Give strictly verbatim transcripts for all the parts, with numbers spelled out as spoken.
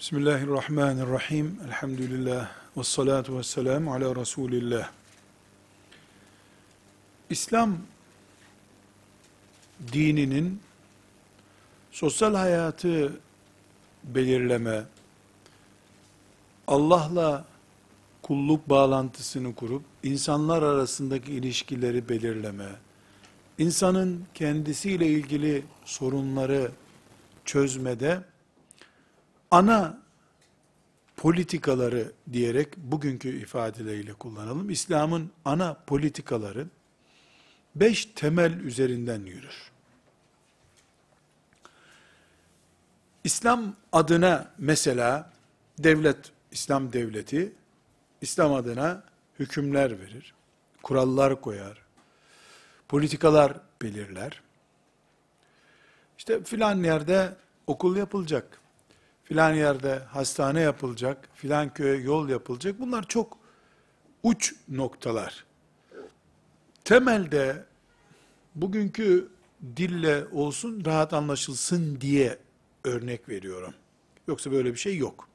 Bismillahirrahmanirrahim. Elhamdülillah. Ve salatu ve selamu ala Resulillah. İslam dininin sosyal hayatı belirleme, Allah'la kulluk bağlantısını kurup insanlar arasındaki ilişkileri belirleme, insanın kendisiyle ilgili sorunları çözmede ana politikaları diyerek bugünkü ifadeleriyle kullanalım. İslam'ın ana politikaları beş temel üzerinden yürür. İslam adına mesela devlet, İslam devleti, İslam adına hükümler verir, kurallar koyar, politikalar belirler. İşte filan yerde okul yapılacak, filan yerde hastane yapılacak, filan köye yol yapılacak. Bunlar çok uç noktalar. Temelde bugünkü dille olsun, rahat anlaşılsın diye örnek veriyorum. Yoksa böyle bir şey yok.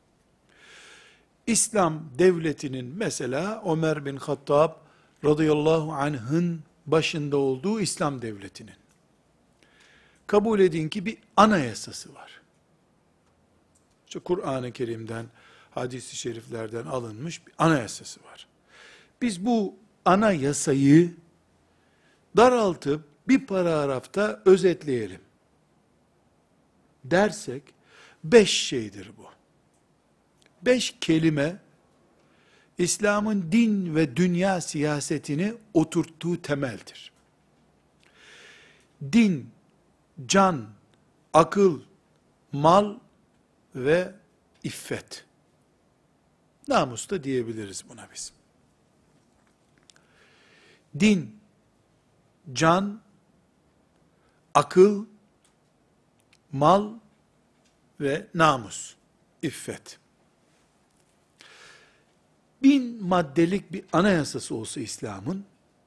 İslam devletinin mesela Ömer bin Hattab radıyallahu anh'ın başında olduğu İslam devletinin kabul edin ki bir anayasası var. İşte Kur'an-ı Kerim'den, hadis-i şeriflerden alınmış bir anayasası var. Biz bu anayasayı daraltıp bir paragrafta özetleyelim dersek, beş şeydir bu. Beş kelime, İslam'ın din ve dünya siyasetini oturttuğu temeldir. Din, can, akıl, mal ve iffet. Namus da diyebiliriz buna biz. Din, can, akıl, mal ve namus, iffet. Bin maddelik bir anayasası olsa İslam'ın,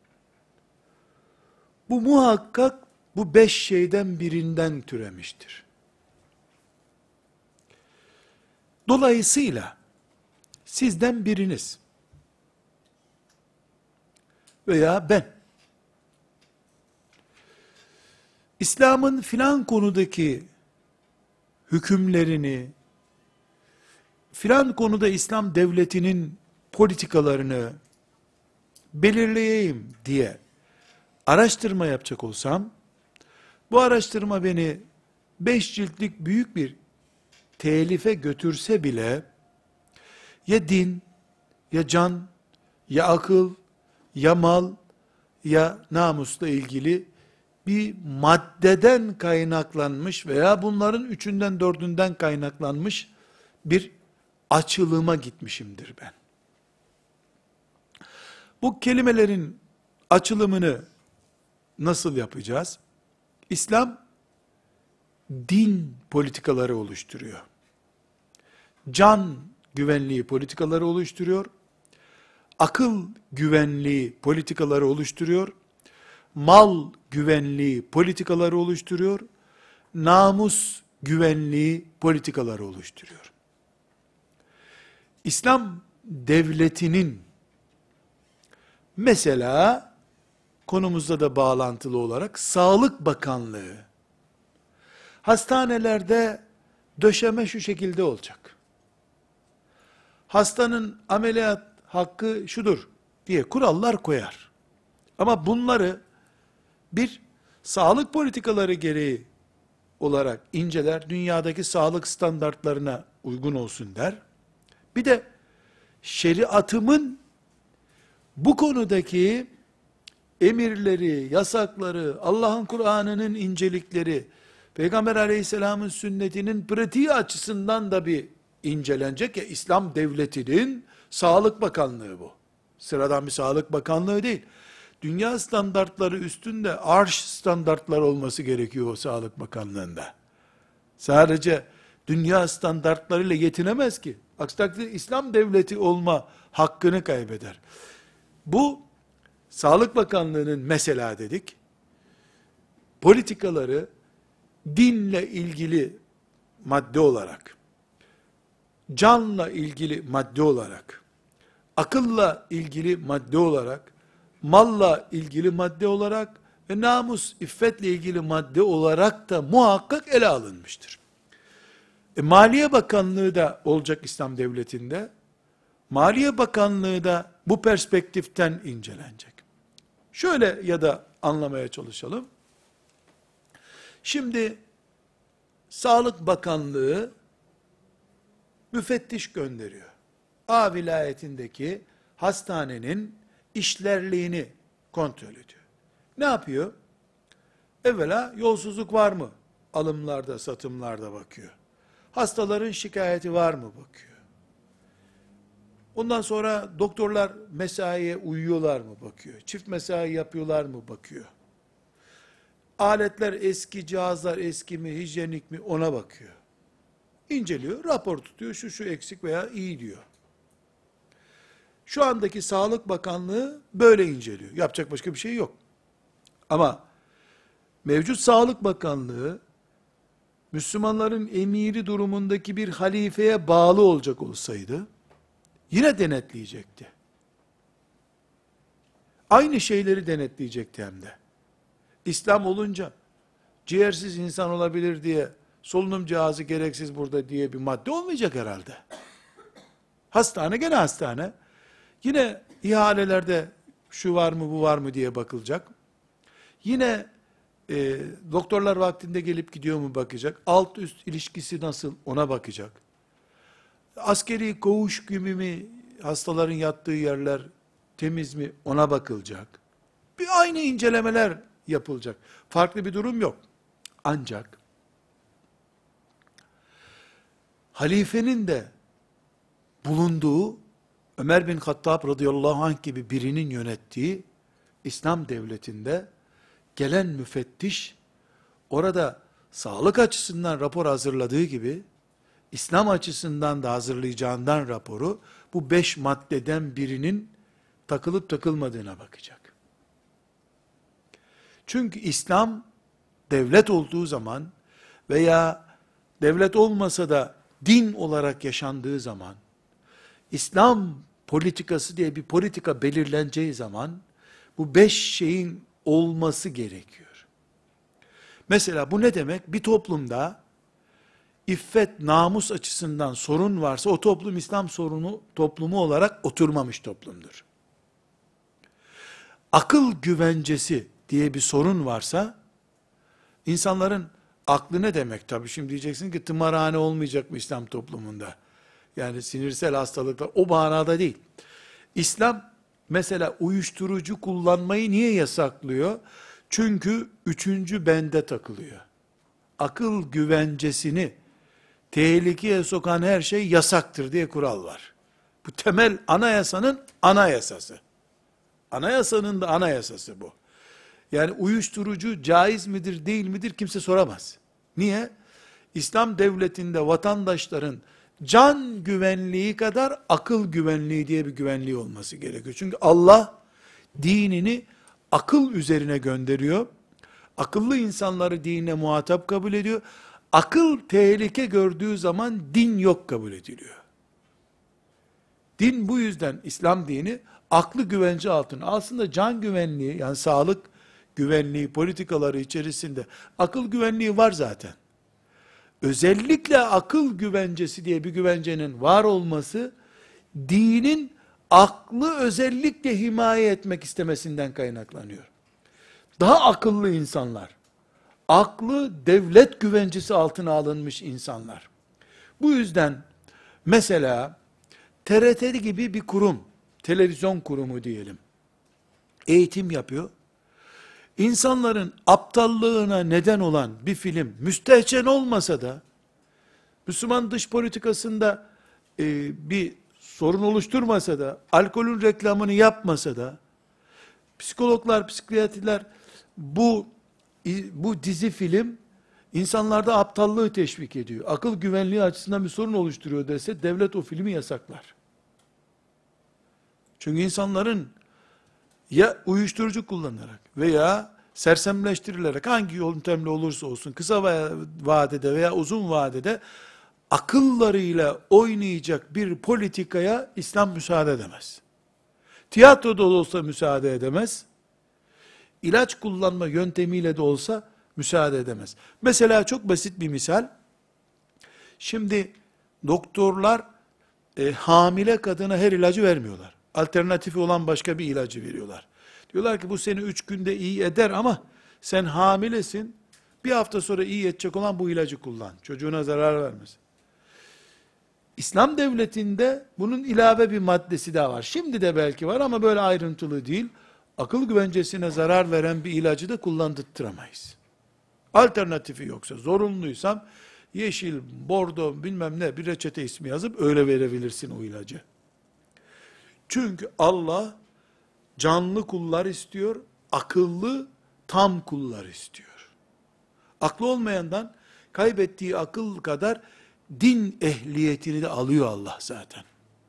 bu muhakkak bu beş şeyden birinden türemiştir. Dolayısıyla sizden biriniz veya ben İslam'ın filan konudaki hükümlerini, filan konuda İslam devletinin politikalarını belirleyeyim diye araştırma yapacak olsam, bu araştırma beni beş ciltlik büyük bir telife götürse bile, ya din, ya can, ya akıl, ya mal, ya namusla ilgili bir maddeden kaynaklanmış veya bunların üçünden dördünden kaynaklanmış bir açılıma gitmişimdir ben. Bu kelimelerin açılımını nasıl yapacağız? İslam, din politikaları oluşturuyor. Can güvenliği politikaları oluşturuyor. Akıl güvenliği politikaları oluşturuyor. Mal güvenliği politikaları oluşturuyor. Namus güvenliği politikaları oluşturuyor. İslam devletinin mesela konumuzda da bağlantılı olarak Sağlık Bakanlığı, hastanelerde döşeme şu şekilde olacak, hastanın ameliyat hakkı şudur diye kurallar koyar. Ama bunları bir sağlık politikaları gereği olarak inceler, dünyadaki sağlık standartlarına uygun olsun der. Bir de şeriatımın bu konudaki emirleri, yasakları, Allah'ın Kur'an'ının incelikleri, Peygamber aleyhisselamın sünnetinin pratiği açısından da bir incelenecek ya, İslam devletinin Sağlık Bakanlığı bu. Sıradan bir Sağlık Bakanlığı değil. Dünya standartları üstünde arş standartlar olması gerekiyor o Sağlık Bakanlığı'nda. Sadece dünya standartlarıyla yetinemez ki. Aksi takdirde İslam devleti olma hakkını kaybeder. Bu Sağlık Bakanlığı'nın mesela dedik, politikaları dinle ilgili madde olarak, canla ilgili madde olarak, akılla ilgili madde olarak, malla ilgili madde olarak ve namus, iffetle ilgili madde olarak da muhakkak ele alınmıştır. E, Maliye Bakanlığı da olacak İslam devletinde. Maliye Bakanlığı da bu perspektiften incelenecek. Şöyle ya da anlamaya çalışalım. Şimdi Sağlık Bakanlığı müfettiş gönderiyor. A vilayetindeki hastanenin işlerliğini kontrol ediyor. Ne yapıyor? Evvela yolsuzluk var mı? Alımlarda, satımlarda bakıyor. Hastaların şikayeti var mı? Bakıyor. Ondan sonra doktorlar mesaiye uyuyorlar mı? Bakıyor. Çift mesai yapıyorlar mı? Bakıyor. Aletler eski, cihazlar eski mi, hijyenik mi? Ona bakıyor. İnceliyor, rapor tutuyor, şu şu eksik veya iyi diyor. Şu andaki Sağlık Bakanlığı böyle inceliyor. Yapacak başka bir şey yok. Ama mevcut Sağlık Bakanlığı, Müslümanların emiri durumundaki bir halifeye bağlı olacak olsaydı, yine denetleyecekti. Aynı şeyleri denetleyecekti hem de. İslam olunca, ciğersiz insan olabilir diye, solunum cihazı gereksiz burada diye bir madde olmayacak herhalde. Hastane gene hastane. Yine ihalelerde şu var mı bu var mı diye bakılacak. Yine e, doktorlar vaktinde gelip gidiyor mu bakacak. Alt üst ilişkisi nasıl ona bakacak. Askeri koğuş gibi mi, hastaların yattığı yerler temiz mi ona bakılacak. Bir aynı incelemeler yapılacak. Farklı bir durum yok. Ancak halifenin de bulunduğu Ömer bin Hattab radıyallahu anh gibi birinin yönettiği İslam devletinde gelen müfettiş orada sağlık açısından rapor hazırladığı gibi İslam açısından da hazırlayacağından raporu bu beş maddeden birinin takılıp takılmadığına bakacak. Çünkü İslam devlet olduğu zaman veya devlet olmasa da din olarak yaşandığı zaman, İslam politikası diye bir politika belirleneceği zaman, bu beş şeyin olması gerekiyor. Mesela bu ne demek? Bir toplumda, iffet, namus açısından sorun varsa, o toplum İslam sorunu toplumu olarak oturmamış toplumdur. Akıl güvencesi diye bir sorun varsa, insanların aklı ne demek? Tabii şimdi diyeceksin ki tımarhane olmayacak mı İslam toplumunda? Yani sinirsel hastalıklar o manada değil. İslam mesela uyuşturucu kullanmayı niye yasaklıyor? Çünkü üçüncü bende takılıyor. Akıl güvencesini tehlikeye sokan her şey yasaktır diye kural var. Bu temel anayasanın anayasası. Anayasanın da anayasası bu. Yani uyuşturucu caiz midir değil midir kimse soramaz. Niye? İslam devletinde vatandaşların can güvenliği kadar akıl güvenliği diye bir güvenliği olması gerekiyor. Çünkü Allah dinini akıl üzerine gönderiyor. Akıllı insanları dinine muhatap kabul ediyor. Akıl tehlike gördüğü zaman din yok kabul ediliyor. Din bu yüzden İslam dini aklı güvence altına. Aslında can güvenliği yani sağlık güvenliği politikaları içerisinde akıl güvenliği var zaten. Özellikle akıl güvencesi diye bir güvencenin var olması, dinin aklı özellikle himaye etmek istemesinden kaynaklanıyor. Daha akıllı insanlar, aklı devlet güvencesi altına alınmış insanlar. Bu yüzden mesela T R T gibi bir kurum, televizyon kurumu diyelim, eğitim yapıyor. İnsanların aptallığına neden olan bir film, müstehcen olmasa da, Müslüman dış politikasında e, bir sorun oluşturmasa da, alkolün reklamını yapmasa da, psikologlar, psikiyatrlar, bu bu dizi film, insanlarda aptallığı teşvik ediyor. Akıl güvenliği açısından bir sorun oluşturuyor dese, devlet o filmi yasaklar. Çünkü insanların, ya uyuşturucu kullanarak veya sersemleştirilerek hangi yöntemle olursa olsun kısa vadede veya uzun vadede akıllarıyla oynayacak bir politikaya İslam müsaade edemez. Tiyatroda da olsa müsaade edemez. İlaç kullanma yöntemiyle de olsa müsaade edemez. Mesela çok basit bir misal. Şimdi doktorlar e, hamile kadına her ilacı vermiyorlar. Alternatifi olan başka bir ilacı veriyorlar. Diyorlar ki bu seni üç günde iyi eder ama sen hamilesin. Bir hafta sonra iyi edecek olan bu ilacı kullan. Çocuğuna zarar vermez. İslam devletinde bunun ilave bir maddesi daha var. Şimdi de belki var ama böyle ayrıntılı değil. Akıl güvencesine zarar veren bir ilacı da kullandırtıramayız. Alternatifi yoksa, zorunluysam yeşil, bordo bilmem ne bir reçete ismi yazıp öyle verebilirsin o ilacı. Çünkü Allah canlı kullar istiyor, akıllı tam kullar istiyor. Aklı olmayandan kaybettiği akıl kadar din ehliyetini de alıyor Allah zaten.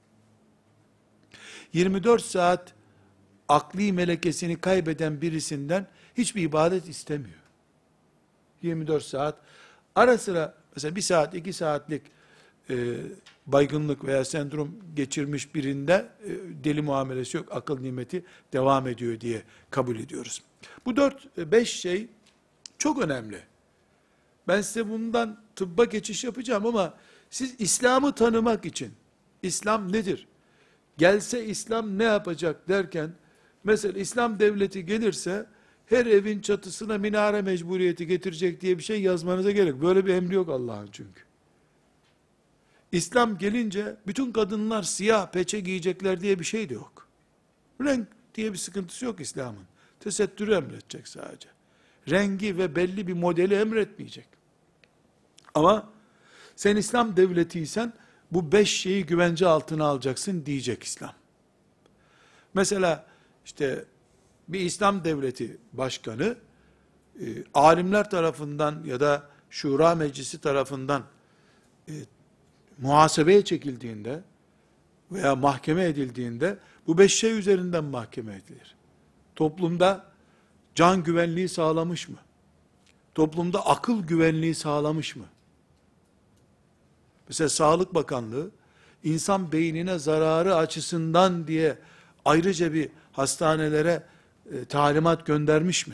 yirmi dört saat akli melekesini kaybeden birisinden hiçbir ibadet istemiyor. yirmi dört saat ara sıra mesela bir saat iki saatlik e, baygınlık veya sendrom geçirmiş birinde e, deli muamelesi yok, akıl nimeti devam ediyor diye kabul ediyoruz. Bu dört beş şey çok önemli. Ben size bundan tıbba geçiş yapacağım ama siz İslam'ı tanımak için, İslam nedir? Gelse İslam ne yapacak derken, mesela İslam devleti gelirse, her evin çatısına minare mecburiyeti getirecek diye bir şey yazmanıza gerek. Böyle bir emri yok Allah'ın çünkü. İslam gelince, bütün kadınlar siyah peçe giyecekler diye bir şey de yok. Renk diye bir sıkıntısı yok İslam'ın. Tesettürü emredecek sadece. Rengi ve belli bir modeli emretmeyecek. Ama sen İslam devletiysen bu beş şeyi güvence altına alacaksın diyecek İslam. Mesela işte bir İslam devleti başkanı e, alimler tarafından ya da şura meclisi tarafından e, muhasebeye çekildiğinde veya mahkeme edildiğinde bu beş şey üzerinden mahkeme edilir. Toplumda can güvenliği sağlamış mı? Toplumda akıl güvenliği sağlamış mı? Mesela Sağlık Bakanlığı, insan beynine zararı açısından diye ayrıca bir hastanelere e, talimat göndermiş mi?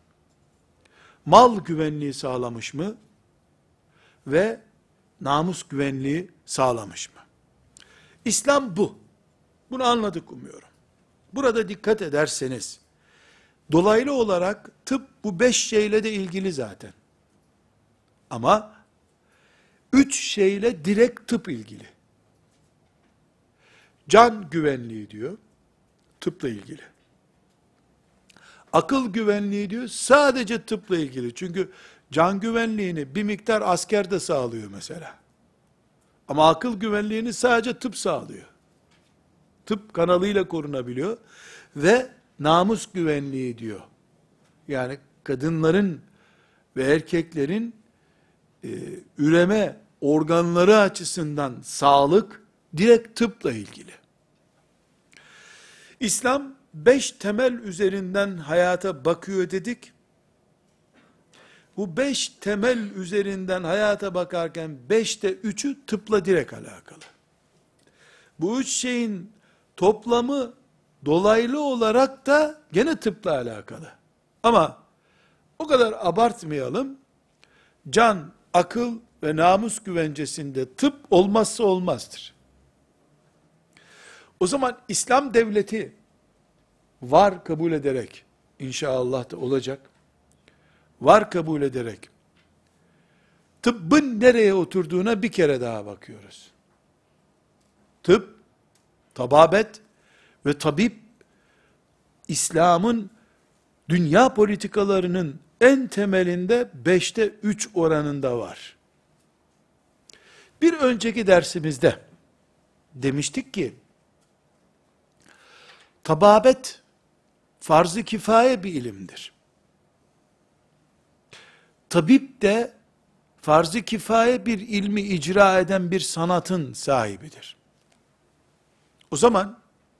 Mal güvenliği sağlamış mı? Ve namus güvenliği sağlamış mı? İslam bu. Bunu anladık umuyorum. Burada dikkat ederseniz, dolaylı olarak tıp bu beş şeyle de ilgili zaten. Ama üç şeyle direkt tıp ilgili. Can güvenliği diyor, tıpla ilgili. Akıl güvenliği diyor, sadece tıpla ilgili. Çünkü can güvenliğini bir miktar asker de sağlıyor mesela. Ama akıl güvenliğini sadece tıp sağlıyor. Tıp kanalıyla korunabiliyor. Ve namus güvenliği diyor. Yani kadınların ve erkeklerin e, üreme organları açısından sağlık direkt tıpla ilgili. İslam beş temel üzerinden hayata bakıyor dedik. Bu beş temel üzerinden hayata bakarken beşte üçü tıpla direkt alakalı. Bu üç şeyin toplamı dolaylı olarak da gene tıpla alakalı. Ama o kadar abartmayalım. Can, akıl ve namus güvencesinde tıp olmazsa olmazdır. O zaman İslam devleti var kabul ederek, inşallah da olacak, var kabul ederek, tıbbın nereye oturduğuna bir kere daha bakıyoruz. Tıp, tababet ve tabip, İslam'ın dünya politikalarının en temelinde beşte üç oranında var. Bir önceki dersimizde demiştik ki, tababet farz-ı kifaye bir ilimdir. Tabip de farz-ı kifaye bir ilmi icra eden bir sanatın sahibidir. O zaman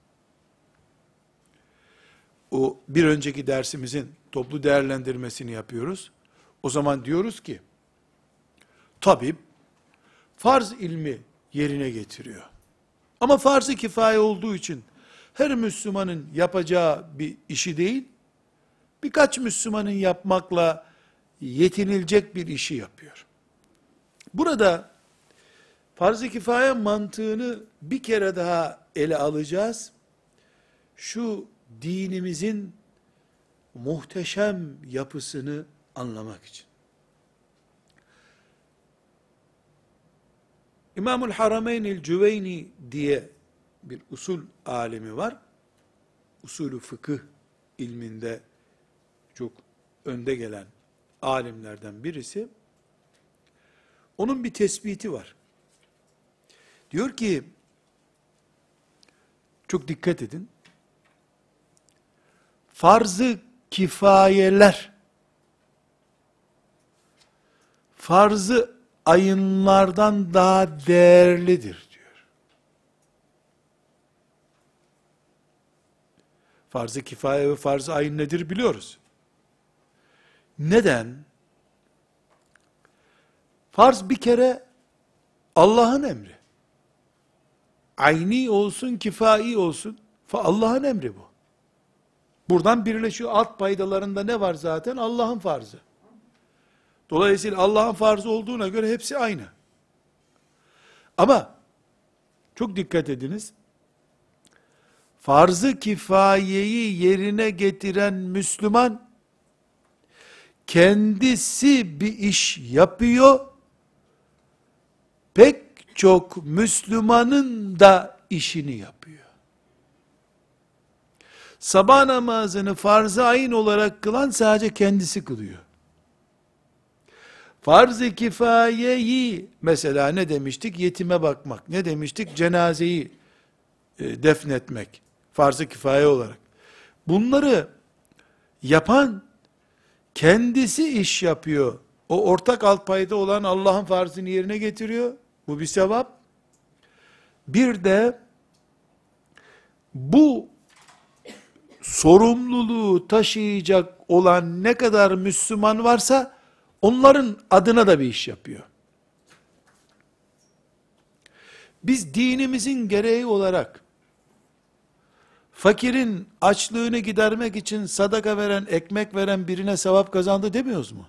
o bir önceki dersimizin toplu değerlendirmesini yapıyoruz. O zaman diyoruz ki tabip farz ilmi yerine getiriyor. Ama farz-ı kifaye olduğu için her Müslümanın yapacağı bir işi değil, birkaç Müslümanın yapmakla yetinilecek bir işi yapıyor. Burada farz-ı kifaye mantığını bir kere daha ele alacağız. Şu dinimizin muhteşem yapısını anlamak için. İmamul Harameynil Cüveyni diye bir usul alimi var. Usulü fıkıh ilminde çok önde gelen alimlerden birisi. Onun bir tespiti var. Diyor ki, çok dikkat edin, farz-ı kifayeler, farz-ı ayınlardan daha değerlidir diyor. Farz-ı kifaye ve farz-ı ayın nedir biliyoruz. Neden? Farz bir kere Allah'ın emri. Ayni olsun, kifai olsun, Allah'ın emri bu. Buradan birleşiyor. Alt paydalarında ne var zaten? Allah'ın farzı. Dolayısıyla Allah'ın farzı olduğuna göre hepsi aynı. Ama çok dikkat ediniz. Farz-ı kifayeyi yerine getiren Müslüman kendisi bir iş yapıyor. Pek çok Müslümanın da işini yapıyor. Sabah namazını farz-ı ayın olarak kılan sadece kendisi kılıyor. Farz-ı kifayeyi, mesela ne demiştik? Yetime bakmak. Ne demiştik? Cenazeyi e, defnetmek. Farz-ı kifaye olarak. Bunları yapan kendisi iş yapıyor. O ortak alt payda olan Allah'ın farzını yerine getiriyor. Bu bir sevap. Bir de bu sorumluluğu taşıyacak olan ne kadar Müslüman varsa onların adına da bir iş yapıyor. Biz dinimizin gereği olarak fakirin açlığını gidermek için sadaka veren, ekmek veren birine sevap kazandı demiyoruz mu?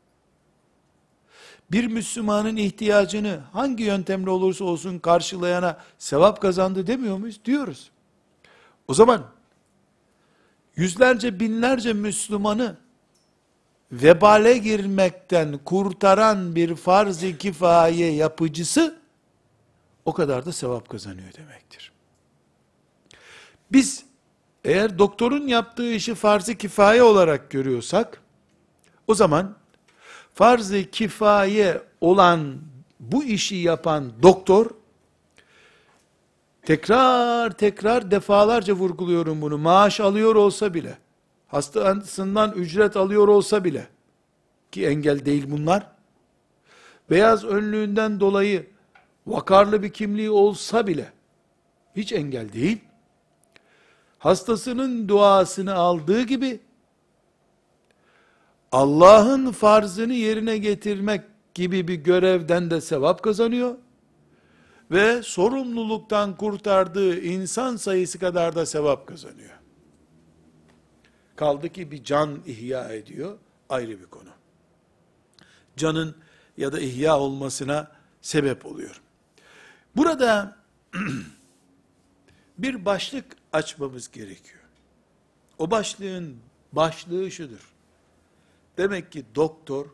Bir Müslümanın ihtiyacını hangi yöntemle olursa olsun karşılayana sevap kazandı demiyor muyuz? Diyoruz. O zaman yüzlerce binlerce Müslümanı vebale girmekten kurtaran bir farz-ı kifaye yapıcısı o kadar da sevap kazanıyor demektir. Biz eğer doktorun yaptığı işi farz-ı kifaye olarak görüyorsak, o zaman farz-ı kifaye olan bu işi yapan doktor, tekrar tekrar defalarca vurguluyorum bunu, maaş alıyor olsa bile, hastasından ücret alıyor olsa bile, ki engel değil bunlar, beyaz önlüğünden dolayı vakarlı bir kimliği olsa bile, hiç engel değil, hastasının duasını aldığı gibi, Allah'ın farzını yerine getirmek gibi bir görevden de sevap kazanıyor, ve sorumluluktan kurtardığı insan sayısı kadar da sevap kazanıyor. Kaldı ki bir can ihya ediyor, ayrı bir konu. Canın ya da ihya olmasına sebep oluyor. Burada bir başlık açmamız gerekiyor. O başlığın başlığı şudur. Demek ki doktor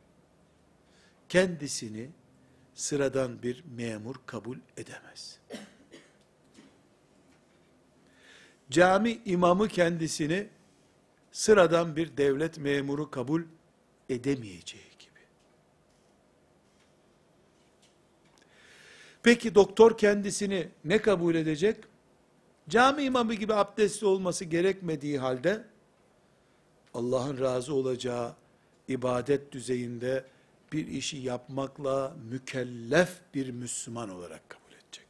kendisini sıradan bir memur kabul edemez. Cami imamı kendisini sıradan bir devlet memuru kabul edemeyeceği gibi. Peki doktor kendisini ne kabul edecek? Cami imamı gibi abdestli olması gerekmediği halde, Allah'ın razı olacağı ibadet düzeyinde bir işi yapmakla mükellef bir Müslüman olarak kabul edecek.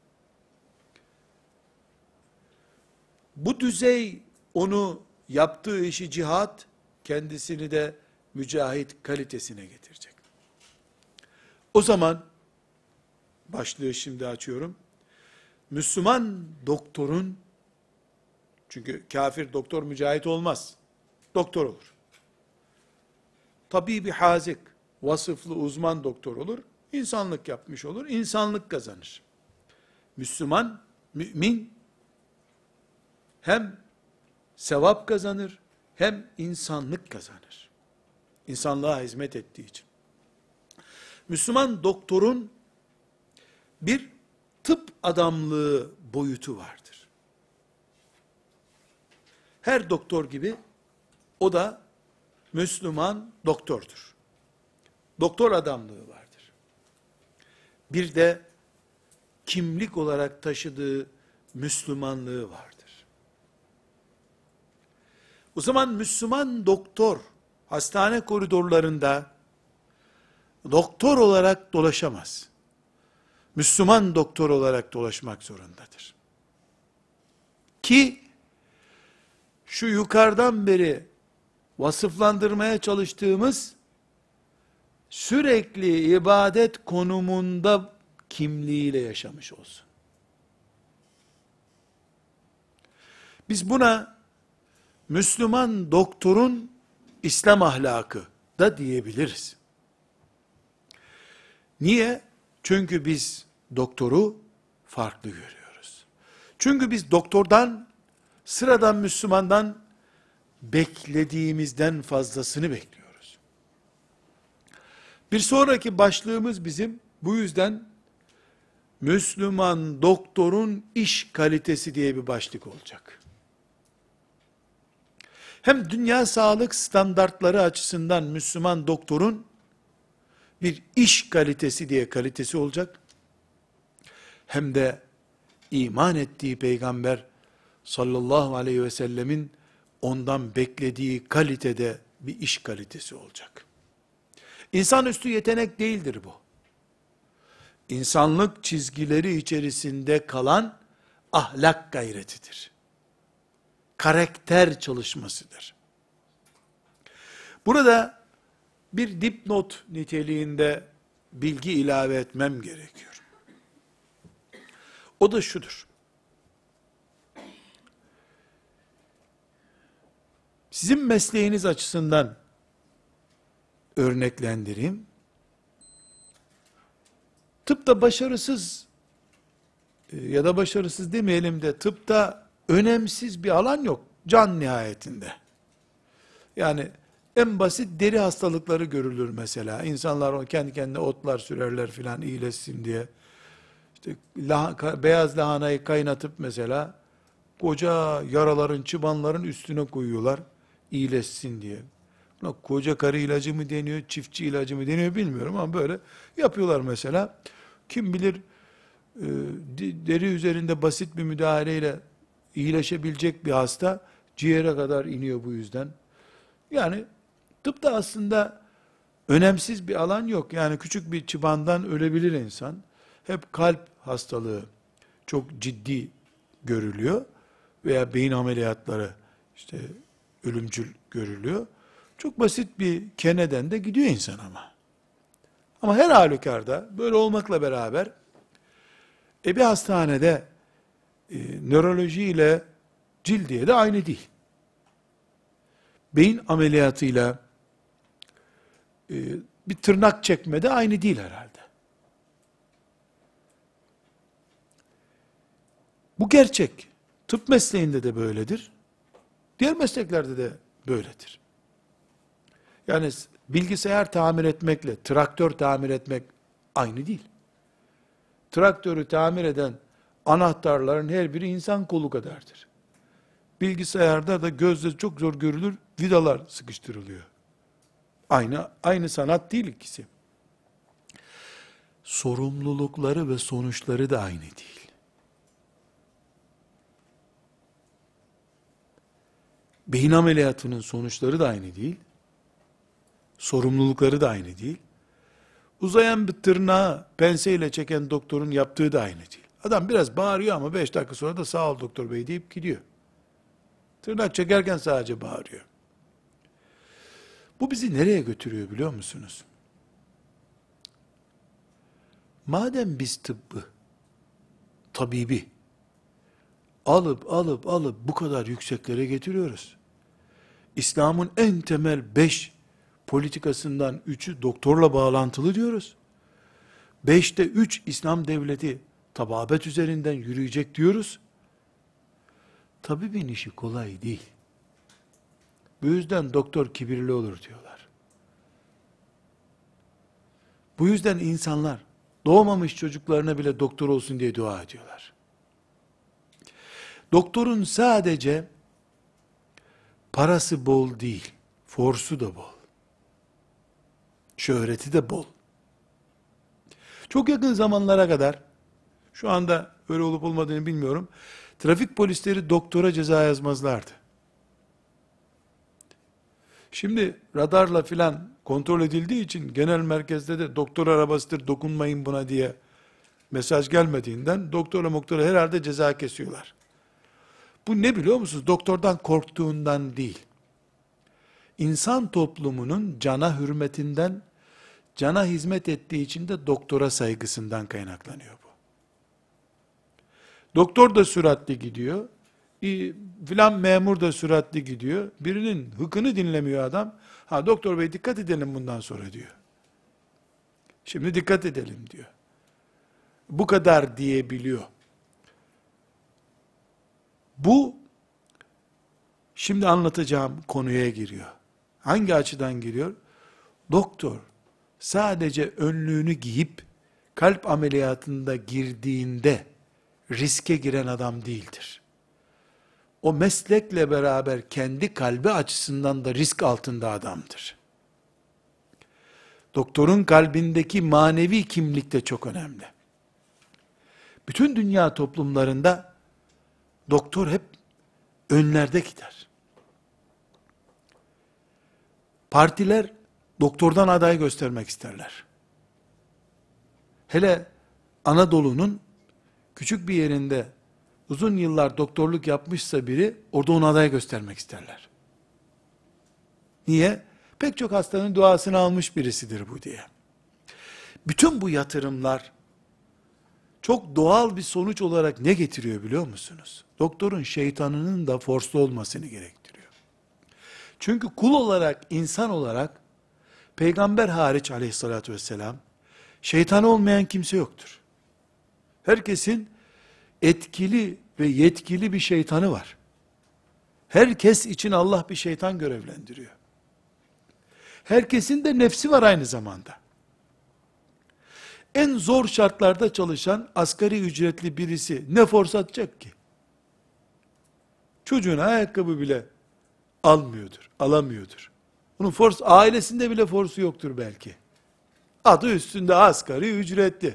Bu düzey onu yaptığı işi cihat, kendisini de mücahit kalitesine getirecek. O zaman başlığı şimdi açıyorum. Müslüman doktorun, çünkü kafir doktor mücahit olmaz, doktor olur. Tabibi hazik, vasıflı uzman doktor olur, insanlık yapmış olur, insanlık kazanır. Müslüman, mümin, hem sevap kazanır, hem insanlık kazanır. İnsanlığa hizmet ettiği için. Müslüman doktorun bir tıp adamlığı boyutu vardır. Her doktor gibi o da Müslüman doktordur. Doktor adamlığı vardır. Bir de kimlik olarak taşıdığı Müslümanlığı vardır. O zaman Müslüman doktor hastane koridorlarında doktor olarak dolaşamaz. Müslüman doktor olarak dolaşmak zorundadır. Ki şu yukarıdan beri vasıflandırmaya çalıştığımız sürekli ibadet konumunda kimliğiyle yaşamış olsun. Biz buna Müslüman doktorun İslam ahlakı da diyebiliriz. Niye? Çünkü biz doktoru farklı görüyoruz. Çünkü biz doktordan, sıradan Müslümandan beklediğimizden fazlasını bekliyoruz. Bir sonraki başlığımız bizim bu yüzden Müslüman doktorun iş kalitesi diye bir başlık olacak. Hem dünya sağlık standartları açısından Müslüman doktorun bir iş kalitesi diye kalitesi olacak. Hem de iman ettiği peygamber sallallahu aleyhi ve sellemin ondan beklediği kalitede bir iş kalitesi olacak. İnsanüstü yetenek değildir bu. İnsanlık çizgileri içerisinde kalan ahlak gayretidir. Karakter çalışmasıdır. Burada bir dipnot niteliğinde bilgi ilave etmem gerekiyor. O da şudur. Sizin mesleğiniz açısından örneklendireyim. Tıpta başarısız ya da başarısız demeyelim de tıpta önemsiz bir alan yok. Can nihayetinde. Yani en basit deri hastalıkları görülür mesela. İnsanlar o kendi kendine otlar sürerler filan iyileşsin diye. İşte lah beyaz lahanayı kaynatıp mesela koca yaraların, çıbanların üstüne koyuyorlar iyileşsin diye. Buna koca karı ilacı mı deniyor, çiftçi ilacı mı deniyor bilmiyorum ama böyle yapıyorlar mesela. Kim bilir e, deri üzerinde basit bir müdahaleyle iyileşebilecek bir hasta ciğere kadar iniyor bu yüzden. Yani tıpta aslında önemsiz bir alan yok. Yani küçük bir çıbandan ölebilir insan. Hep kalp hastalığı çok ciddi görülüyor veya beyin ameliyatları işte ölümcül görülüyor. Çok basit bir keneden de gidiyor insan ama. Ama her halükarda böyle olmakla beraber e bir hastanede e, nöroloji ile cildiye de aynı değil. Beyin ameliyatıyla e, bir tırnak çekme de aynı değil herhalde. Bu gerçek. Tıp mesleğinde de böyledir. Diğer mesleklerde de böyledir. Yani bilgisayar tamir etmekle traktör tamir etmek aynı değil. Traktörü tamir eden anahtarların her biri insan kolu kadardır. Bilgisayarda da gözle çok zor görülür vidalar sıkıştırılıyor. Aynı aynı sanat değil ikisi. Sorumlulukları ve sonuçları da aynı değil. Beyin ameliyatının sonuçları da aynı değil. Sorumlulukları da aynı değil. Uzayan bir tırnağı penseyle çeken doktorun yaptığı da aynı değil. Adam biraz bağırıyor ama beş dakika sonra da sağ ol doktor bey deyip gidiyor. Tırnak çekerken sadece bağırıyor. Bu bizi nereye götürüyor biliyor musunuz? Madem biz tıbbı, tabibi alıp alıp alıp bu kadar yükseklere getiriyoruz. İslam'ın en temel beş politikasından üçü doktorla bağlantılı diyoruz. Beşte üç İslam devleti tababet üzerinden yürüyecek diyoruz. Tabibin işi kolay değil. Bu yüzden doktor kibirli olur diyorlar. Bu yüzden insanlar doğmamış çocuklarına bile doktor olsun diye dua ediyorlar. Doktorun sadece parası bol değil, forsu da bol. Şöhreti de bol. Çok yakın zamanlara kadar, şu anda öyle olup olmadığını bilmiyorum, trafik polisleri doktora ceza yazmazlardı. Şimdi radarla filan kontrol edildiği için genel merkezde de doktor arabasıdır dokunmayın buna diye mesaj gelmediğinden doktorla doktora herhalde ceza kesiyorlar. Bu ne biliyor musunuz? Doktordan korktuğundan değil. İnsan toplumunun cana hürmetinden, cana hizmet ettiği için de doktora saygısından kaynaklanıyor bu. Doktor da süratli gidiyor, filan memur da süratli gidiyor. Birinin hıkını dinlemiyor adam. Ha doktor bey dikkat edelim bundan sonra diyor. Şimdi dikkat edelim diyor. Bu kadar diyebiliyor. Bu şimdi anlatacağım konuya giriyor. Hangi açıdan giriyor? Doktor sadece önlüğünü giyip kalp ameliyatında girdiğinde riske giren adam değildir. O meslekle beraber kendi kalbi açısından da risk altında adamdır. Doktorun kalbindeki manevi kimlik de çok önemli. Bütün dünya toplumlarında doktor hep önlerde gider. Partiler doktordan aday göstermek isterler. Hele Anadolu'nun küçük bir yerinde uzun yıllar doktorluk yapmışsa biri, orada ona aday göstermek isterler. Niye? Pek çok hastanın duasını almış birisidir bu diye. Bütün bu yatırımlar çok doğal bir sonuç olarak ne getiriyor biliyor musunuz? Doktorun şeytanının da forslu olmasını gerektiriyor. Çünkü kul olarak, insan olarak, peygamber hariç aleyhissalatü vesselam, şeytan olmayan kimse yoktur. Herkesin etkili ve yetkili bir şeytanı var. Herkes için Allah bir şeytan görevlendiriyor. Herkesin de nefsi var aynı zamanda. En zor şartlarda çalışan asgari ücretli birisi ne force atacak ki? Çocuğuna ayakkabı bile almıyordur, alamıyordur. Bunun force, ailesinde bile force'u yoktur belki. Adı üstünde asgari ücretli.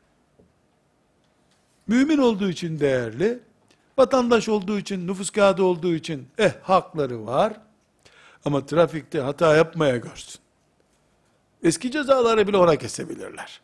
Mümin olduğu için değerli, vatandaş olduğu için, nüfus kağıdı olduğu için, eh hakları var, ama trafikte hata yapmaya görsün. Eski cezaları bile ona kesebilirler.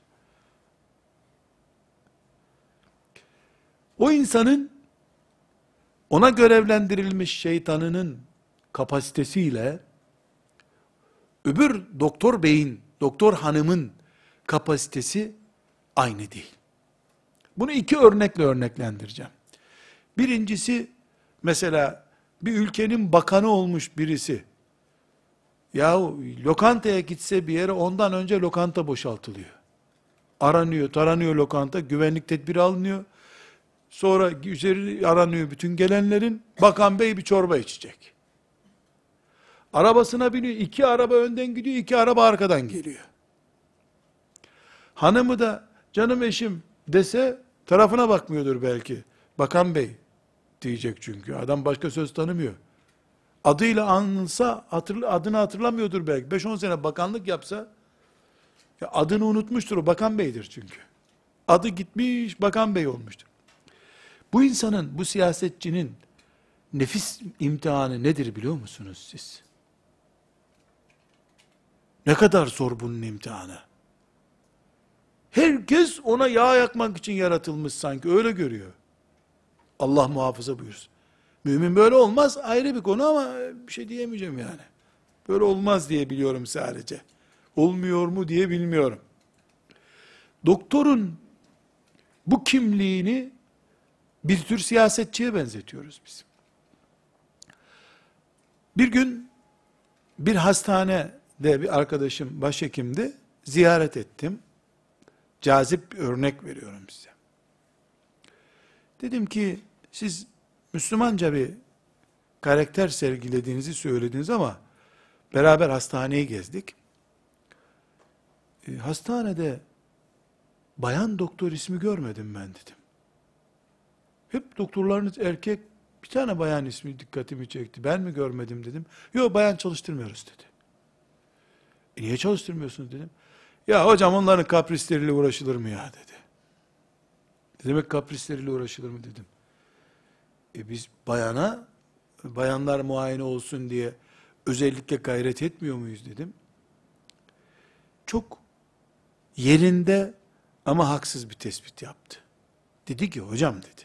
O insanın, ona görevlendirilmiş şeytanının kapasitesiyle, öbür doktor beyin, doktor hanımın kapasitesi aynı değil. Bunu iki örnekle örneklendireceğim. Birincisi, mesela bir ülkenin bakanı olmuş birisi, yahu lokantaya gitse bir yere ondan önce lokanta boşaltılıyor. Aranıyor, taranıyor lokanta, güvenlik tedbiri alınıyor. Sonra üzeri aranıyor bütün gelenlerin, bakan bey bir çorba içecek. Arabasına biniyor, iki araba önden gidiyor, iki araba arkadan geliyor. Hanımı da canım eşim dese tarafına bakmıyordur belki. Bakan bey diyecek çünkü. Adam başka söz tanımıyor. Adıyla anılsa hatırla, adını hatırlamıyordur belki. beş on sene bakanlık yapsa ya adını unutmuştur, o bakan beydir çünkü. Adı gitmiş bakan bey olmuştur. Bu insanın, bu siyasetçinin nefis imtihanı nedir biliyor musunuz siz? Ne kadar zor bunun imtihanı. Herkes ona yağ yakmak için yaratılmış sanki, öyle görüyor. Allah muhafaza buyursun. Mümin böyle olmaz, ayrı bir konu ama bir şey diyemeyeceğim yani. Böyle olmaz diye biliyorum sadece. Olmuyor mu diye bilmiyorum. Doktorun bu kimliğini bir tür siyasetçiye benzetiyoruz biz. Bir gün bir hastanede bir arkadaşım başhekimdi, ziyaret ettim. Cazip bir örnek veriyorum size. Dedim ki, siz Müslümanca bir karakter sergilediğinizi söylediniz ama beraber hastaneyi gezdik. E, hastanede bayan doktor ismi görmedim ben dedim. Hep doktorlarınız erkek, bir tane bayan ismi dikkatimi çekti. Ben mi görmedim dedim. Yok, bayan çalıştırmıyoruz dedi. E niye çalıştırmıyorsunuz dedim. Ya hocam, onların kaprisleriyle uğraşılır mı ya dedi. Ne demek kaprisleriyle uğraşılır mı dedim. E biz bayana, bayanlar muayene olsun diye özellikle gayret etmiyor muyuz dedim. Çok yerinde ama haksız bir tespit yaptı. Dedi ki, hocam dedi,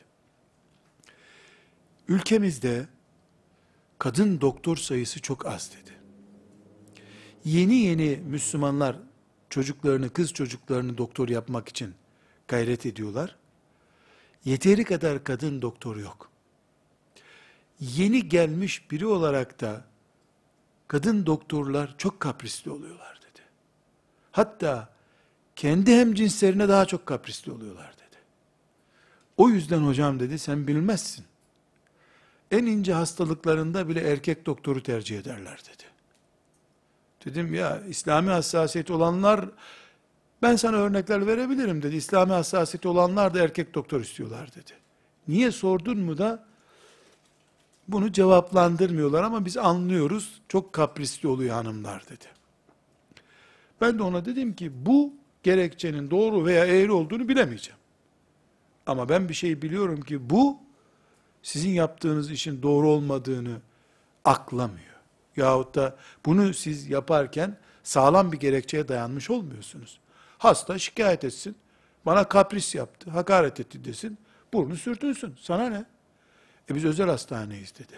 ülkemizde kadın doktor sayısı çok az dedi. Yeni yeni Müslümanlar çocuklarını, kız çocuklarını doktor yapmak için gayret ediyorlar. Yeteri kadar kadın doktor yok. Yeni gelmiş biri olarak da kadın doktorlar çok kaprisli oluyorlar dedi. Hatta kendi hemcinslerine daha çok kaprisli oluyorlar dedi. O yüzden hocam dedi, sen bilmezsin. En ince hastalıklarında bile erkek doktoru tercih ederler dedi. Dedim ya, İslami hassasiyeti olanlar, ben sana örnekler verebilirim dedi. İslami hassasiyeti olanlar da erkek doktor istiyorlar dedi. Niye sordun mu da bunu cevaplandırmıyorlar ama biz anlıyoruz. Çok kaprisli oluyor hanımlar dedi. Ben de ona dedim ki, bu gerekçenin doğru veya eğri olduğunu bilemeyeceğim. Ama ben bir şey biliyorum ki bu sizin yaptığınız işin doğru olmadığını aklamıyor. Yahut da bunu siz yaparken sağlam bir gerekçeye dayanmış olmuyorsunuz. Hasta şikayet etsin, bana kapris yaptı, hakaret etti desin, burnu sürtünsün, sana ne? E biz özel hastaneyiz dedi.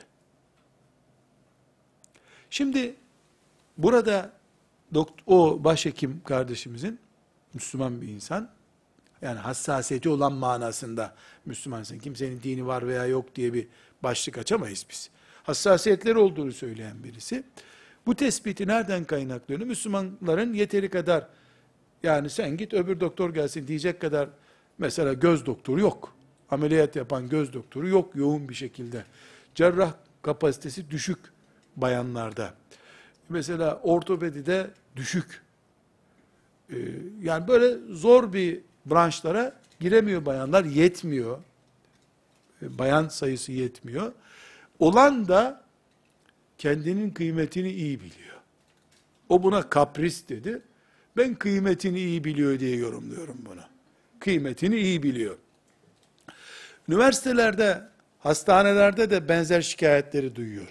Şimdi burada o başhekim kardeşimizin, Müslüman bir insan, yani hassasiyeti olan manasında Müslümansın, kimsenin dini var veya yok diye bir başlık açamayız biz. Hassasiyetleri olduğunu söyleyen birisi, bu tespiti nereden kaynaklanıyor? Müslümanların yeteri kadar, yani sen git öbür doktor gelsin diyecek kadar, mesela göz doktoru yok. Ameliyat yapan göz doktoru yok yoğun bir şekilde. Cerrah kapasitesi düşük bayanlarda. Mesela ortopedide düşük. Ee, yani böyle zor bir branşlara giremiyor bayanlar, yetmiyor. Ee, bayan sayısı yetmiyor. Olan da kendinin kıymetini iyi biliyor. O buna kapris dedi. Ben kıymetini iyi biliyor diye yorumluyorum bunu. Kıymetini iyi biliyor. Üniversitelerde, hastanelerde de benzer şikayetleri duyuyorum.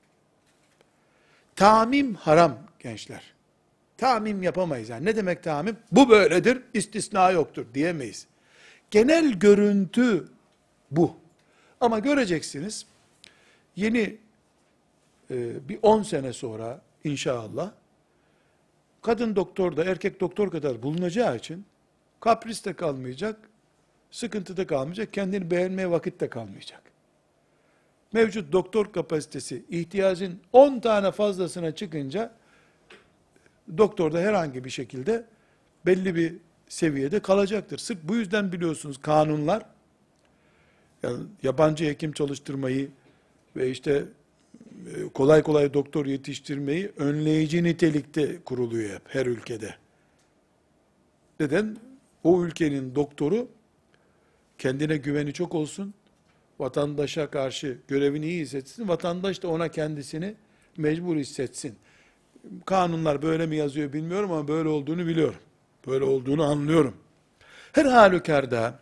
Tamim haram gençler. Tamim yapamayız. Yani ne demek tamim? Bu böyledir, istisna yoktur diyemeyiz. Genel görüntü bu. Ama göreceksiniz, yeni e, bir on sene sonra inşallah, kadın doktor da erkek doktor kadar bulunacağı için, kapris de kalmayacak, sıkıntı da kalmayacak, kendini beğenmeye vakit de kalmayacak. Mevcut doktor kapasitesi, ihtiyacın on tane fazlasına çıkınca, doktor da herhangi bir şekilde belli bir seviyede kalacaktır. Sırf bu yüzden biliyorsunuz kanunlar, yani yabancı hekim çalıştırmayı ve işte kolay kolay doktor yetiştirmeyi önleyici nitelikte kuruluyor hep her ülkede. Neden? O ülkenin doktoru kendine güveni çok olsun, vatandaşa karşı görevini iyi hissetsin, vatandaş da ona kendisini mecbur hissetsin. Kanunlar böyle mi yazıyor bilmiyorum ama böyle olduğunu biliyorum. Böyle olduğunu anlıyorum. Her halükarda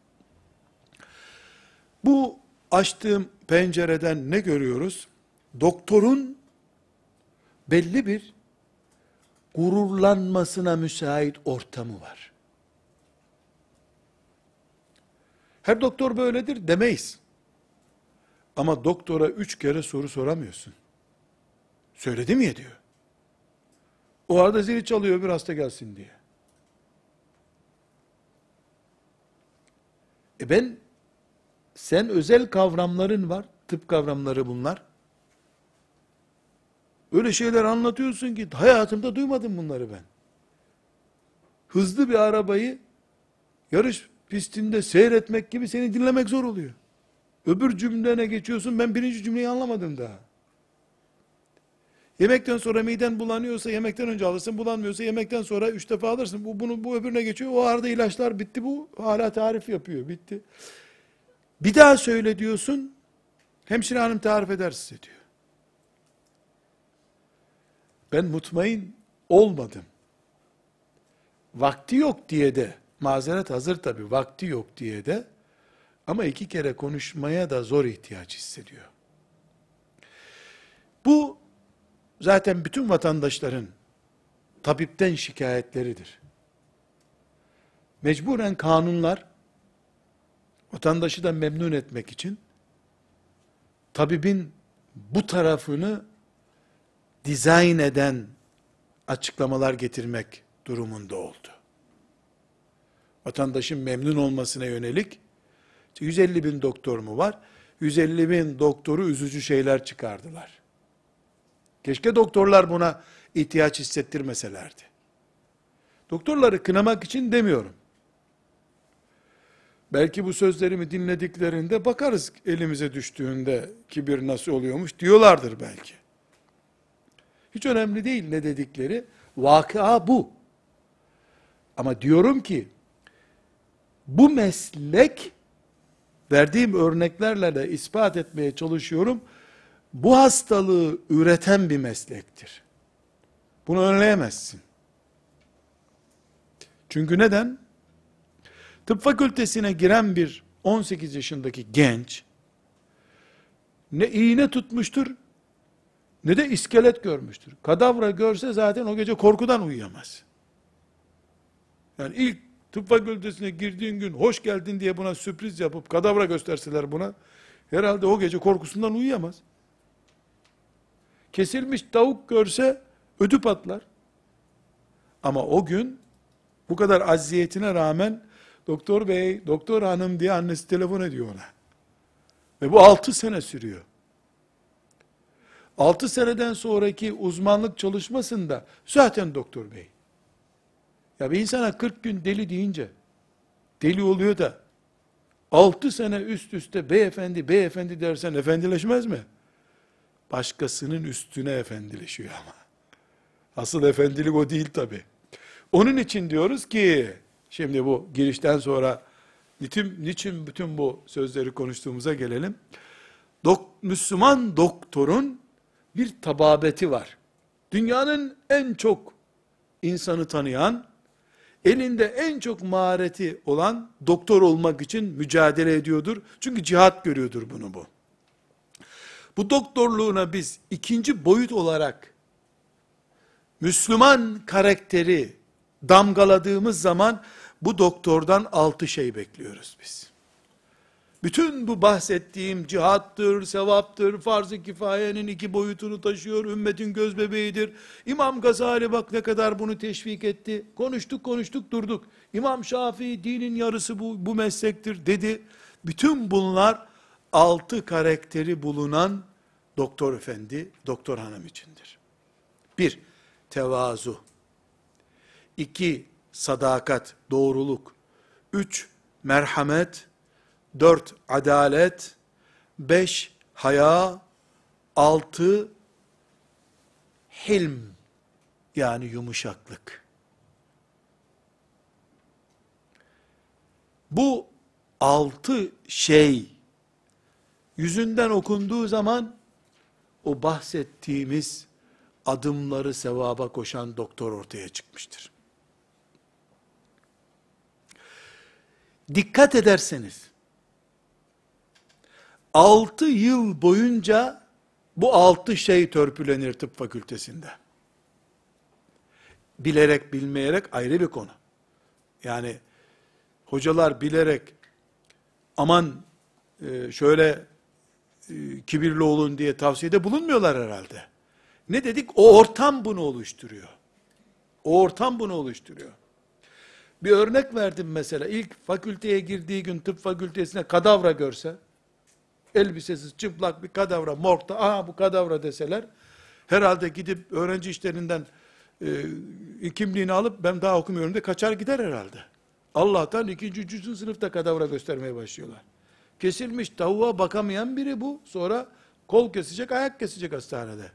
bu açtığım pencereden ne görüyoruz? Doktorun belli bir gururlanmasına müsait ortamı var. Her doktor böyledir demeyiz. Ama doktora üç kere soru soramıyorsun. Söyledi mi diyor. O arada zili çalıyor bir hasta gelsin diye. E ben, sen özel kavramların var, tıp kavramları bunlar. Öyle şeyler anlatıyorsun ki hayatımda duymadım bunları ben. Hızlı bir arabayı yarış pistinde seyretmek gibi seni dinlemek zor oluyor. Öbür cümlene geçiyorsun, ben birinci cümleyi anlamadım daha. Yemekten sonra miden bulanıyorsa yemekten önce alırsın, bulanmıyorsa yemekten sonra üç defa alırsın. Bu, bunu, bu öbürüne geçiyor, o arada ilaçlar bitti, bu hala tarif yapıyor, bitti. Bir daha söyle diyorsun, hemşire hanım tarif eder size diyor. Ben mutmain olmadım. Vakti yok diye de, mazeret hazır tabi, vakti yok diye de, ama iki kere konuşmaya da zor ihtiyaç hissediyor. Bu, zaten bütün vatandaşların tabipten şikayetleridir. Mecburen kanunlar, vatandaşı da memnun etmek için, tabibin bu tarafını dizayn eden açıklamalar getirmek durumunda oldu. Vatandaşın memnun olmasına yönelik, yüz elli bin doktor mu var? yüz elli bin doktoru üzücü şeyler çıkardılar. Keşke doktorlar buna ihtiyaç hissettirmeselerdi. Doktorları kınamak için demiyorum. Belki bu sözlerimi dinlediklerinde bakarız elimize düştüğünde kibir nasıl oluyormuş diyorlardır belki. Hiç önemli değil ne dedikleri. Vakıa bu. Ama diyorum ki bu meslek, verdiğim örneklerle de ispat etmeye çalışıyorum, bu hastalığı üreten bir meslektir. Bunu önleyemezsin. Çünkü neden? Tıp fakültesine giren bir on sekiz yaşındaki genç, ne iğne tutmuştur, ne de iskelet görmüştür. Kadavra görse zaten o gece korkudan uyuyamaz. Yani ilk tıp fakültesine girdiğin gün hoş geldin diye buna sürpriz yapıp kadavra gösterseler buna, herhalde o gece korkusundan uyuyamaz. Kesilmiş tavuk görse ödü patlar. Ama o gün bu kadar acziyetine rağmen doktor bey, doktor hanım diye annesi telefon ediyor ona. Ve bu altı sene sürüyor. altı seneden sonraki uzmanlık çalışmasında zaten doktor bey. Ya bir insana kırk gün deli deyince deli oluyor da altı sene üst üste beyefendi beyefendi dersen efendileşmez mi? Başkasının üstüne efendileşiyor ama. Asıl efendilik o değil tabi. Onun için diyoruz ki, şimdi bu girişten sonra niçin, niçin bütün bu sözleri konuştuğumuza gelelim. Dok, Müslüman doktorun bir tababeti var. Dünyanın en çok insanı tanıyan, elinde en çok mahareti olan doktor olmak için mücadele ediyordur. Çünkü cihat görüyordur bunu bu. Bu doktorluğuna biz ikinci boyut olarak Müslüman karakteri damgaladığımız zaman bu doktordan altı şey bekliyoruz biz. Bütün bu bahsettiğim cihattır, sevaptır, farz-ı kifayenin iki boyutunu taşıyor, ümmetin gözbebeğidir. İmam Gazali bak ne kadar bunu teşvik etti. Konuştuk konuştuk durduk. İmam Şafii dinin yarısı bu, bu meslektir dedi. Bütün bunlar altı karakteri bulunan doktor efendi, doktor hanım içindir. Bir, tevazu. İki, sadakat, doğruluk. Üç, merhamet. Dört, adalet. Beş, haya. Altı, hilm. Yani yumuşaklık. Bu altı şey yüzünden okunduğu zaman o bahsettiğimiz adımları sevaba koşan doktor ortaya çıkmıştır. Dikkat ederseniz, altı yıl boyunca bu altı şey törpülenir tıp fakültesinde. Bilerek bilmeyerek ayrı bir konu. Yani hocalar bilerek aman şöyle kibirli olun diye tavsiyede bulunmuyorlar herhalde. Ne dedik? O ortam bunu oluşturuyor. O ortam bunu oluşturuyor. Bir örnek verdim mesela. İlk fakülteye girdiği gün tıp fakültesine kadavra görse, elbisesiz çıplak bir kadavra morgda, aha bu kadavra deseler, herhalde gidip öğrenci işlerinden e, kimliğini alıp ben daha okumuyorum de kaçar gider herhalde. Allah'tan ikinci, üçüncü sınıfta kadavra göstermeye başlıyorlar. Kesilmiş tavuğa bakamayan biri bu. Sonra kol kesecek, ayak kesecek hastanede.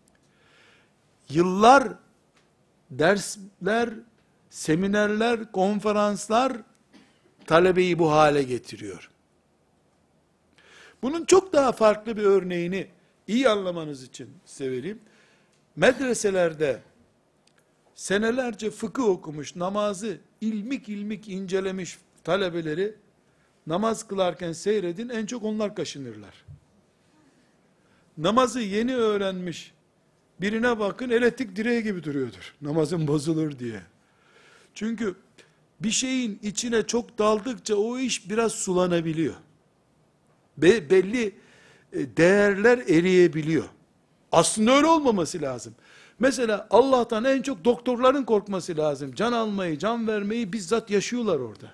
Yıllar dersler, seminerler, konferanslar talebeyi bu hale getiriyor. Bunun çok daha farklı bir örneğini iyi anlamanız için size vereyim. Medreselerde senelerce fıkıh okumuş, namazı ilmik ilmik incelemiş talebeleri namaz kılarken seyredin, en çok onlar kaşınırlar. Namazı yeni öğrenmiş birine bakın, elektrik direği gibi duruyordur. Namazın bozulur diye. Çünkü bir şeyin içine çok daldıkça o iş biraz sulanabiliyor. Be- belli e, değerler eriyebiliyor. Aslında öyle olmaması lazım. Mesela Allah'tan en çok doktorların korkması lazım. Can almayı, can vermeyi bizzat yaşıyorlar orada.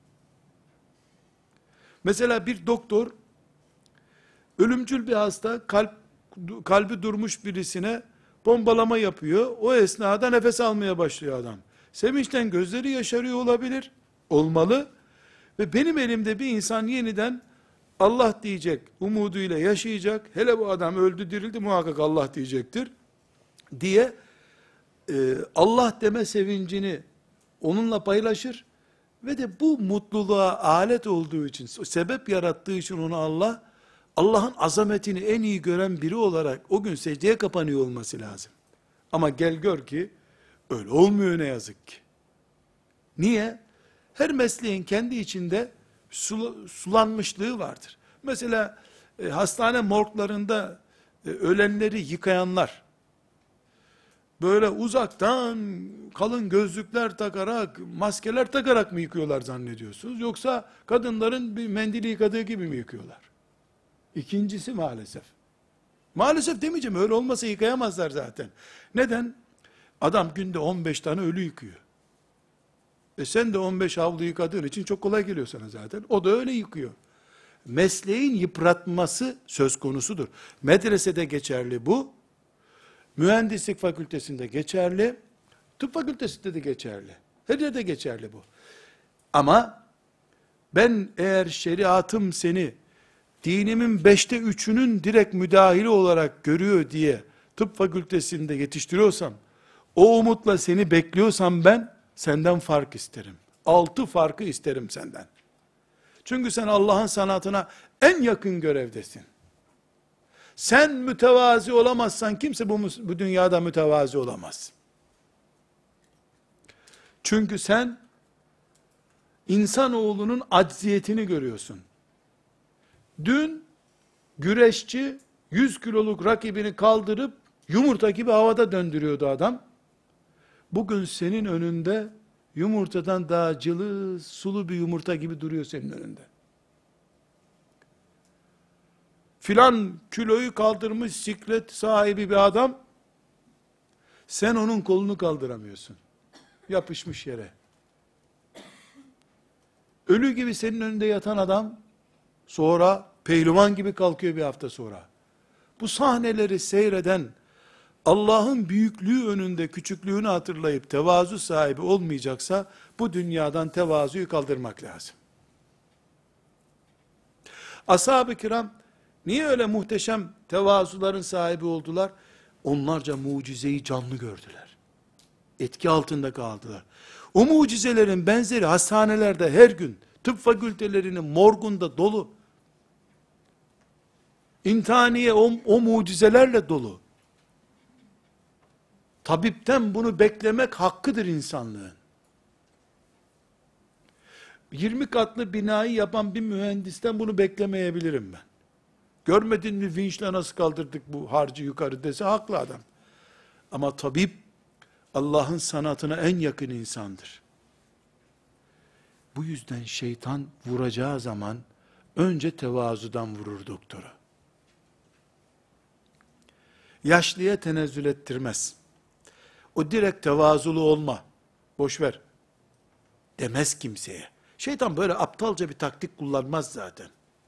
Mesela bir doktor, ölümcül bir hasta, kalp kalbi durmuş birisine bombalama yapıyor. O esnada nefes almaya başlıyor adam. Sevinçten gözleri yaşarıyor olabilir, olmalı. Ve benim elimde bir insan yeniden Allah diyecek, umuduyla yaşayacak. Hele bu adam öldü dirildi, muhakkak Allah diyecektir diye e, Allah deme sevincini onunla paylaşır. Ve de bu mutluluğa alet olduğu için, sebep yarattığı için onu Allah, Allah'ın azametini en iyi gören biri olarak o gün secdeye kapanıyor olması lazım. Ama gel gör ki öyle olmuyor ne yazık ki. Niye? Her mesleğin kendi içinde sul- sulanmışlığı vardır. Mesela e, hastane morglarında e, ölenleri yıkayanlar, böyle uzaktan kalın gözlükler takarak, maskeler takarak mı yıkıyorlar zannediyorsunuz? Yoksa kadınların bir mendili yıkadığı gibi mi yıkıyorlar? İkincisi maalesef. Maalesef demeyeceğim, öyle olmasa yıkayamazlar zaten. Neden? Adam günde on beş tane ölü yıkıyor. E sen de on beş havlu yıkadığın için çok kolay geliyor sana zaten. O da öyle yıkıyor. Mesleğin yıpratması söz konusudur. Medresede geçerli bu. Mühendislik fakültesinde geçerli. Tıp fakültesinde de geçerli. Her yerde geçerli bu. Ama ben eğer şeriatım seni dinimin beşte üçünün direkt müdahili olarak görüyor diye tıp fakültesinde yetiştiriyorsam, o umutla seni bekliyorsam ben senden fark isterim. Altı farkı isterim senden. Çünkü sen Allah'ın sanatına en yakın görevdesin. Sen mütevazi olamazsan kimse bu, bu dünyada mütevazi olamaz. Çünkü sen insanoğlunun acziyetini görüyorsun. Dün güreşçi yüz kiloluk rakibini kaldırıp yumurta gibi havada döndürüyordu adam. Bugün senin önünde yumurtadan daha cılız, sulu bir yumurta gibi duruyor senin önünde. Filan kiloyu kaldırmış siklet sahibi bir adam, sen onun kolunu kaldıramıyorsun. Yapışmış yere. Ölü gibi senin önünde yatan adam, sonra pehlivan gibi kalkıyor bir hafta sonra. Bu sahneleri seyreden, Allah'ın büyüklüğü önünde küçüklüğünü hatırlayıp tevazu sahibi olmayacaksa, bu dünyadan tevazuyu kaldırmak lazım. Ashab-ı kiram, niye öyle muhteşem tevazuların sahibi oldular? Onlarca mucizeyi canlı gördüler. Etki altında kaldılar. O mucizelerin benzeri hastanelerde her gün, tıp fakültelerinin morgunda dolu. İmtihaniye o, o mucizelerle dolu. Tabipten bunu beklemek hakkıdır insanlığın. yirmi katlı binayı yapan bir mühendisten bunu beklemeyebilirim ben. Görmedin mi vinçle nasıl kaldırdık bu harcı yukarı dese haklı adam. Ama tabip Allah'ın sanatına en yakın insandır. Bu yüzden şeytan vuracağı zaman önce tevazudan vurur doktoru. Yaşlıya tenezzül ettirmez. O direkt tevazulu olma. Boş ver. demez kimseye. Şeytan böyle aptalca bir taktik kullanmaz zaten.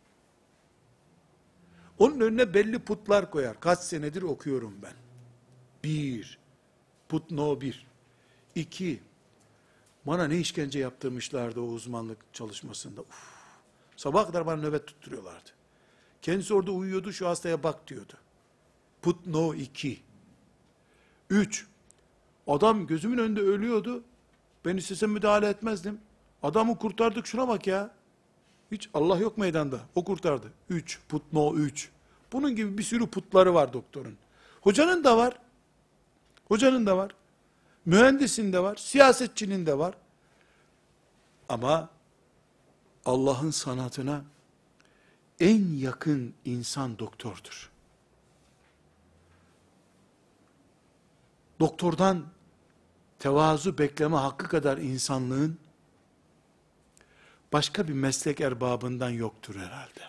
Onun önüne belli putlar koyar. Kaç senedir okuyorum ben. Bir, put no bir. İki, bana ne işkence yaptırmışlardı o uzmanlık çalışmasında. Uf. Sabah kadar bana nöbet tutturuyorlardı. Kendisi orada uyuyordu, şu hastaya bak diyordu. Put no iki. Üç, adam gözümün önünde ölüyordu. Ben istesem müdahale etmezdim. Adamı kurtardık, şuna bak ya. Hiç Allah yok meydanda. O kurtardı. Üç, put no üç. Bunun gibi bir sürü putları var doktorun. Hocanın da var. Hocanın da var. Mühendisin de var. Siyasetçinin de var. Ama Allah'ın sanatına en yakın insan doktordur. Doktordan tevazu bekleme hakkı kadar insanlığın başka bir meslek erbabından yoktur herhalde.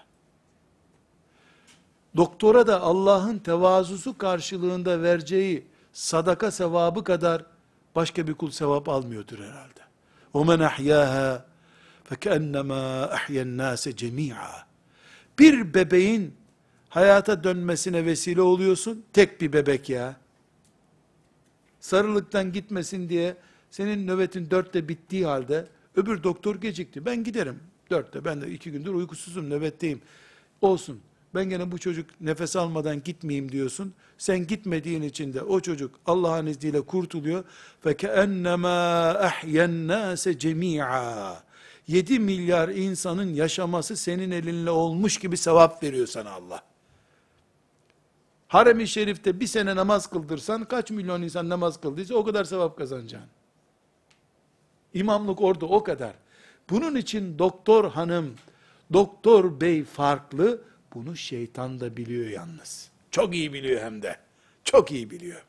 Doktora da Allah'ın tevazusu karşılığında vereceği sadaka sevabı kadar başka bir kul sevap almıyordur herhalde. وَمَنْ أَحْيَاهَا فَكَأَنَّمَا أَحْيَا النَّاسَ جَمِيعًا. Bir bebeğin hayata dönmesine vesile oluyorsun, tek bir bebek ya. Sarılıktan gitmesin diye senin nöbetin dörtte bittiği halde öbür doktor gecikti. Ben giderim dörtte, ben de iki gündür uykusuzum, nöbetteyim. Olsun, ben gene bu çocuk nefes almadan gitmeyeyim diyorsun. Sen gitmediğin için de o çocuk Allah'ın izniyle kurtuluyor. فَكَأَنَّمَا اَحْيَا النَّاسَ جَمِيعًا. yedi milyar insanın yaşaması senin elinle olmuş gibi sevap veriyor sana Allah. Harem-i Şerif'te bir sene namaz kıldırsan, kaç milyon insan namaz kıldıysa o kadar sevap kazanacaksın. İmamlık orada o kadar. Bunun için doktor hanım, doktor bey farklı, bunu şeytan da biliyor yalnız. Çok iyi biliyor hem de. Çok iyi biliyor.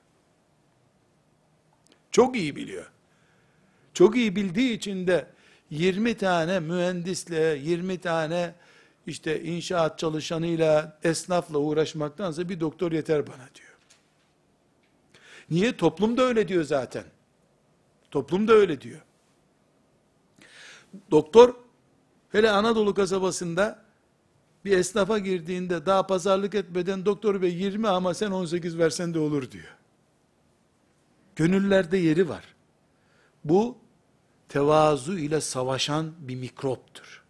Çok iyi biliyor. Çok iyi bildiği için de yirmi tane mühendisle, yirmi tane işte inşaat çalışanıyla, esnafla uğraşmaktansa bir doktor yeter bana diyor. Niye? Toplum da öyle diyor zaten. Toplum da öyle diyor. Doktor, hele Anadolu kasabasında bir esnafa girdiğinde daha pazarlık etmeden doktor bey yirmi ama sen on sekiz versen de olur diyor. Gönüllerde yeri var. Bu tevazu ile savaşan bir mikroptur.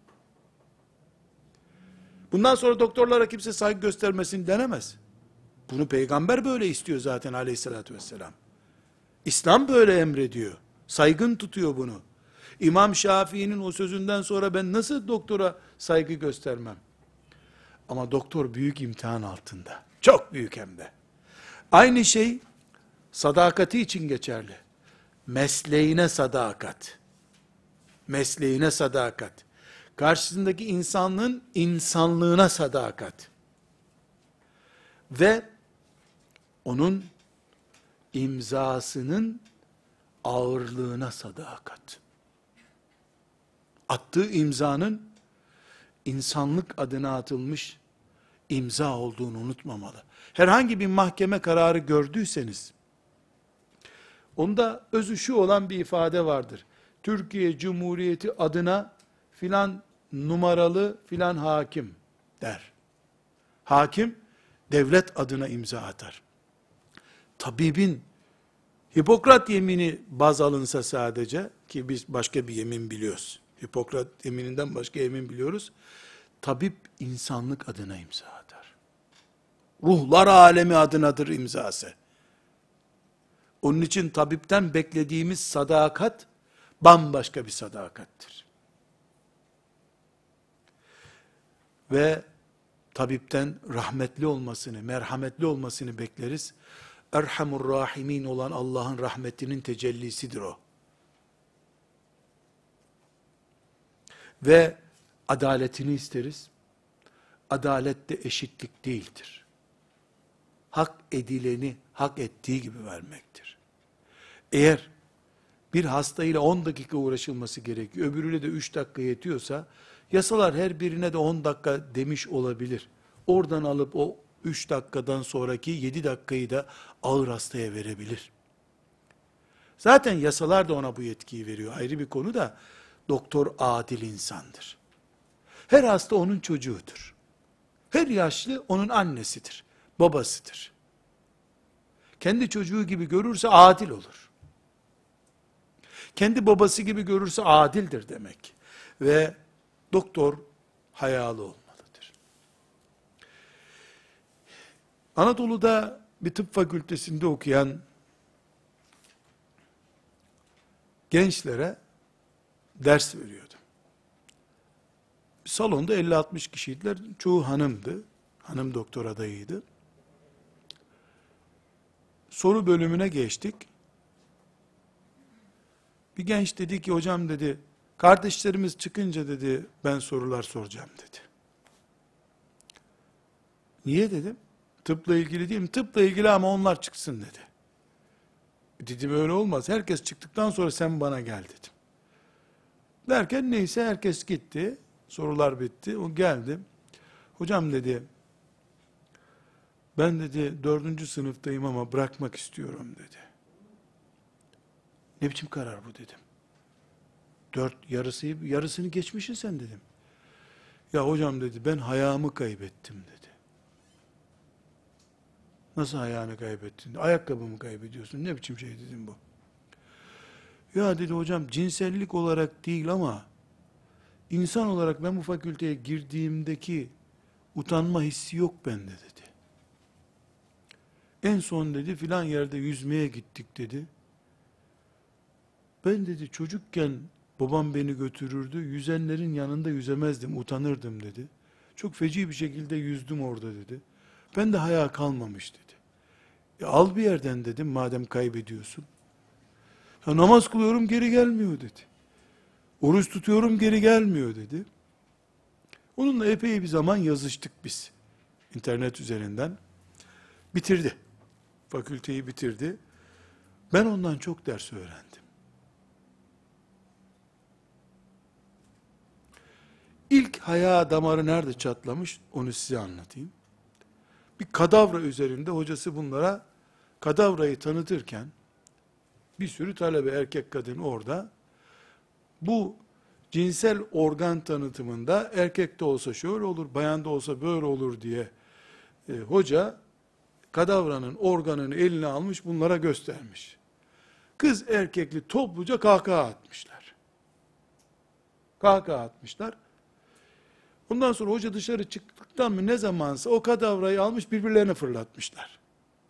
Bundan sonra doktorlara kimse saygı göstermesin denemez. Bunu peygamber böyle istiyor zaten aleyhissalatü vesselam. İslam böyle emrediyor. Saygın tutuyor bunu. İmam Şafii'nin o sözünden sonra ben nasıl doktora saygı göstermem? Ama doktor büyük imtihan altında. Çok büyük hem de. Aynı şey sadakati için geçerli. Mesleğine sadakat. Mesleğine sadakat. Karşısındaki insanlığın insanlığına sadakat. Ve onun imzasının ağırlığına sadakat. Attığı imzanın insanlık adına atılmış imza olduğunu unutmamalı. Herhangi bir mahkeme kararı gördüyseniz, onda özü şu olan bir ifade vardır. Türkiye Cumhuriyeti adına filan numaralı filan hakim der. Hakim, devlet adına imza atar. Tabibin Hipokrat yemini baz alınsa sadece, ki biz başka bir yemin biliyoruz. Hipokrat yemininden başka yemin biliyoruz. Tabip insanlık adına imza atar. Ruhlar alemi adınadır imzası. Onun için tabipten beklediğimiz sadakat bambaşka bir sadakattir. Ve tabipten rahmetli olmasını, merhametli olmasını bekleriz. Erhamur Rahimin olan Allah'ın rahmetinin tecellisidir o. Ve adaletini isteriz. Adalet de eşitlik değildir. Hak edileni hak ettiği gibi vermektir. Eğer bir hastayla on dakika uğraşılması gerekiyor, öbürüyle de üç dakika yetiyorsa, yasalar her birine de on dakika demiş olabilir. Oradan alıp o üç dakikadan sonraki yedi dakikayı da ağır hastaya verebilir. Zaten yasalar da ona bu yetkiyi veriyor. Ayrı bir konu da doktor adil insandır. Her hasta onun çocuğudur. Her yaşlı onun annesidir, babasıdır. Kendi çocuğu gibi görürse adil olur. Kendi babası gibi görürse adildir demek. Ve doktor hayalı olmalıdır. Anadolu'da bir tıp fakültesinde okuyan gençlere ders veriyordum. Salonda elli altmış kişiydiler. Çoğu hanımdı. Hanım doktor adayıydı. Soru bölümüne geçtik. Bir genç dedi ki, hocam dedi, kardeşlerimiz çıkınca dedi, ben sorular soracağım dedi. Niye dedim? Tıpla ilgili değil mi? Tıpla ilgili ama onlar çıksın dedi. Dedim öyle olmaz. Herkes çıktıktan sonra sen bana gel dedim. Derken neyse herkes gitti. Sorular bitti. O geldi. Hocam dedi, ben dedi dördüncü sınıftayım ama bırakmak istiyorum dedi. Ne biçim karar bu dedim. Dört yarısı, yarısını geçmişsin sen dedim. Ya hocam dedi, ben hayamı kaybettim dedi. Nasıl hayağını kaybettin? Ayakkabımı kaybediyorsun. Ne biçim şey dedim bu. Ya dedi hocam, cinsellik olarak değil ama insan olarak ben bu fakülteye girdiğimdeki utanma hissi yok bende dedi. En son dedi filan yerde yüzmeye gittik dedi. Ben dedi çocukken babam beni götürürdü. Yüzenlerin yanında yüzemezdim, utanırdım dedi. Çok feci bir şekilde yüzdüm orada dedi. Ben de haya kalmamış dedi. E al bir yerden dedim madem kaybediyorsun. Ya namaz kılıyorum geri gelmiyor dedi. Oruç tutuyorum geri gelmiyor dedi. Onunla epey bir zaman yazıştık biz. İnternet üzerinden. Bitirdi. Fakülteyi bitirdi. Ben ondan çok ders öğrendim. İlk haya damarı nerede çatlamış onu size anlatayım. Bir kadavra üzerinde hocası bunlara kadavrayı tanıtırken bir sürü talebe erkek kadın orada bu cinsel organ tanıtımında erkekte olsa şöyle olur, bayanda olsa böyle olur diye e, hoca kadavranın organını eline almış bunlara göstermiş. Kız erkekli topluca kahkaha atmışlar. Kahkaha atmışlar. Ondan sonra hoca dışarı çıktıktan mı ne zamansa o kadavrayı almış birbirlerine fırlatmışlar.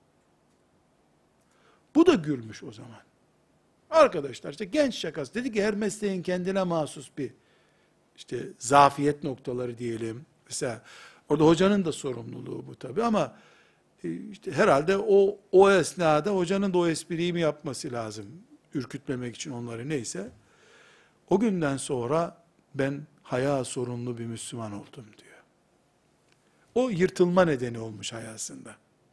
Bu da gülmüş o zaman. Arkadaşlar işte genç şakası. Dedi ki her mesleğin kendine mahsus bir işte zafiyet noktaları diyelim. Mesela orada hocanın da sorumluluğu bu tabii ama işte herhalde o o esnada hocanın da o espriyi mi yapması lazım? Ürkütmemek için onları neyse. O günden sonra ben haya sorumlu bir Müslüman oldum diyor. O yırtılma nedeni olmuş hayasında.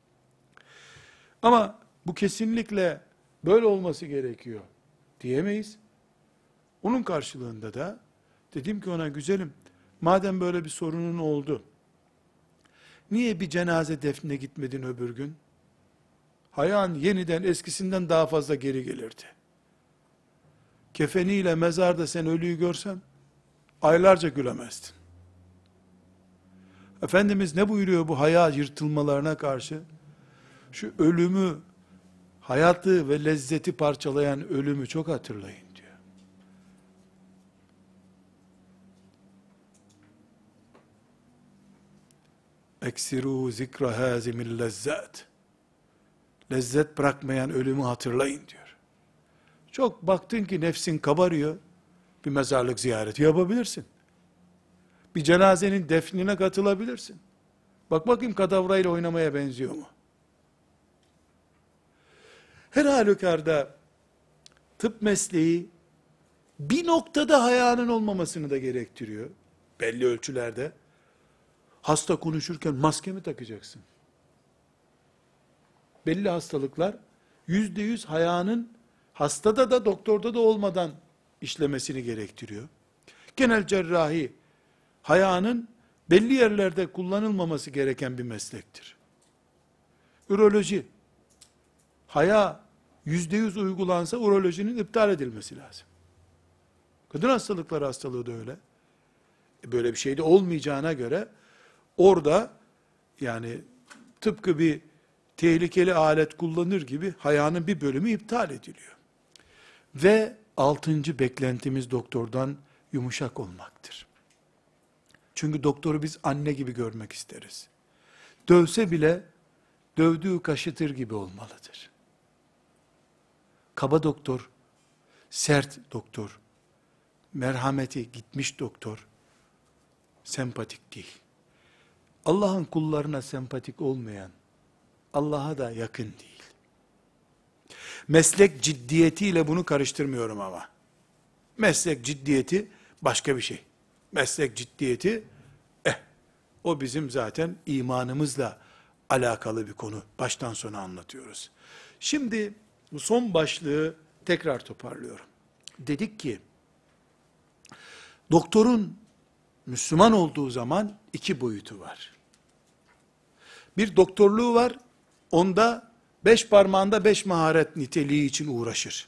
Ama bu kesinlikle böyle olması gerekiyor diyemeyiz. Onun karşılığında da dedim ki ona güzelim, madem böyle bir sorunun oldu, niye bir cenaze defnine gitmedin öbür gün? Hayan yeniden eskisinden daha fazla geri gelirdi. Kefeniyle mezarda sen ölüyü görsen, aylarca gülemezdin. Efendimiz ne buyuruyor bu haya yırtılmalarına karşı? Şu ölümü, hayatı ve lezzeti parçalayan ölümü çok hatırlayın diyor. Eksiru zikra hazimil lezzet. Lezzet bırakmayan ölümü hatırlayın diyor. Çok baktın ki nefsin kabarıyor, bir mezarlık ziyareti yapabilirsin. Bir cenazenin defnine katılabilirsin. Bak bakayım kadavrayla oynamaya benziyor mu? Her halükarda tıp mesleği bir noktada hayanın olmamasını da gerektiriyor. Belli ölçülerde. Hasta konuşurken maske mi takacaksın? Belli hastalıklar yüzde yüz hayanın hastada da doktorda da olmadan işlemesini gerektiriyor. Genel cerrahi hayanın belli yerlerde kullanılmaması gereken bir meslektir. Üroloji haya yüzde yüz uygulansa urolojinin iptal edilmesi lazım. Kadın hastalıkları hastalığı da öyle. E böyle bir şey de olmayacağına göre orada yani tıpkı bir tehlikeli alet kullanır gibi hayanın bir bölümü iptal ediliyor. Ve altıncı beklentimiz doktordan yumuşak olmaktır. Çünkü doktoru biz anne gibi görmek isteriz. Dövse bile dövdüğü kaşıtır gibi olmalıdır. Kaba doktor, sert doktor, merhameti gitmiş doktor, sempatik değil. Allah'ın kullarına sempatik olmayan, Allah'a da yakın değil. Meslek ciddiyetiyle bunu karıştırmıyorum ama. Meslek ciddiyeti başka bir şey. Meslek ciddiyeti, eh, o bizim zaten imanımızla alakalı bir konu. Baştan sona anlatıyoruz. Şimdi bu son başlığı tekrar toparlıyorum. Dedik ki, doktorun Müslüman olduğu zaman iki boyutu var. Bir doktorluğu var, onda beş parmağında beş maharet niteliği için uğraşır.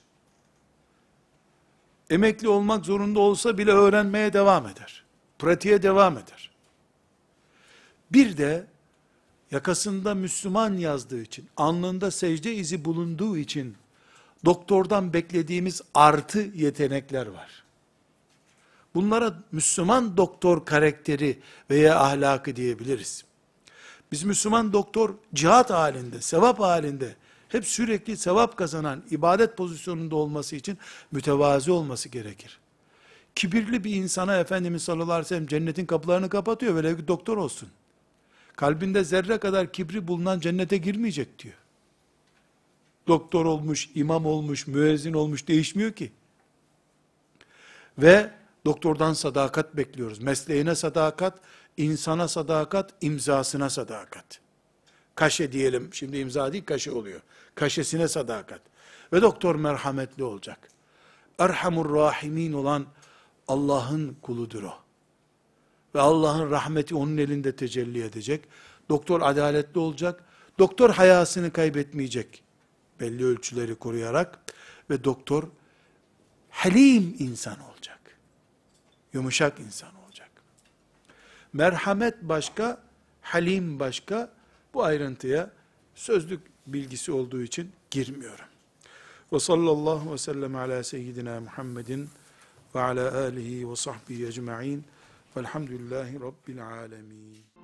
Emekli olmak zorunda olsa bile öğrenmeye devam eder. Pratiğe devam eder. Bir de yakasında Müslüman yazdığı için, alnında secde izi bulunduğu için doktordan beklediğimiz artı yetenekler var. Bunlara Müslüman doktor karakteri veya ahlakı diyebiliriz. Biz Müslüman doktor cihat halinde, sevap halinde, hep sürekli sevap kazanan, ibadet pozisyonunda olması için mütevazi olması gerekir. Kibirli bir insana Efendimiz sallallahu aleyhi ve sellem cennetin kapılarını kapatıyor, velev ki doktor olsun. Kalbinde zerre kadar kibri bulunan cennete girmeyecek diyor. Doktor olmuş, imam olmuş, müezzin olmuş değişmiyor ki. Ve doktordan sadakat bekliyoruz. Mesleğine sadakat, insana sadakat, imzasına sadakat. Kaşe diyelim, şimdi imza değil kaşe oluyor. Kaşesine sadakat. Ve doktor merhametli olacak. Erhamur Rahimin olan Allah'ın kuludur o. Ve Allah'ın rahmeti onun elinde tecelli edecek. Doktor adaletli olacak. Doktor hayasını kaybetmeyecek. Belli ölçüleri koruyarak. Ve doktor halim insan olacak. Yumuşak insan olacak. Merhamet başka, halim başka. Bu ayrıntıya sözlük bilgisi olduğu için girmiyorum. Ve sallallahu ve sellem ala seyyidina Muhammedin ve ala alihi ve sahbihi ecma'in velhamdülillahi rabbil alemin.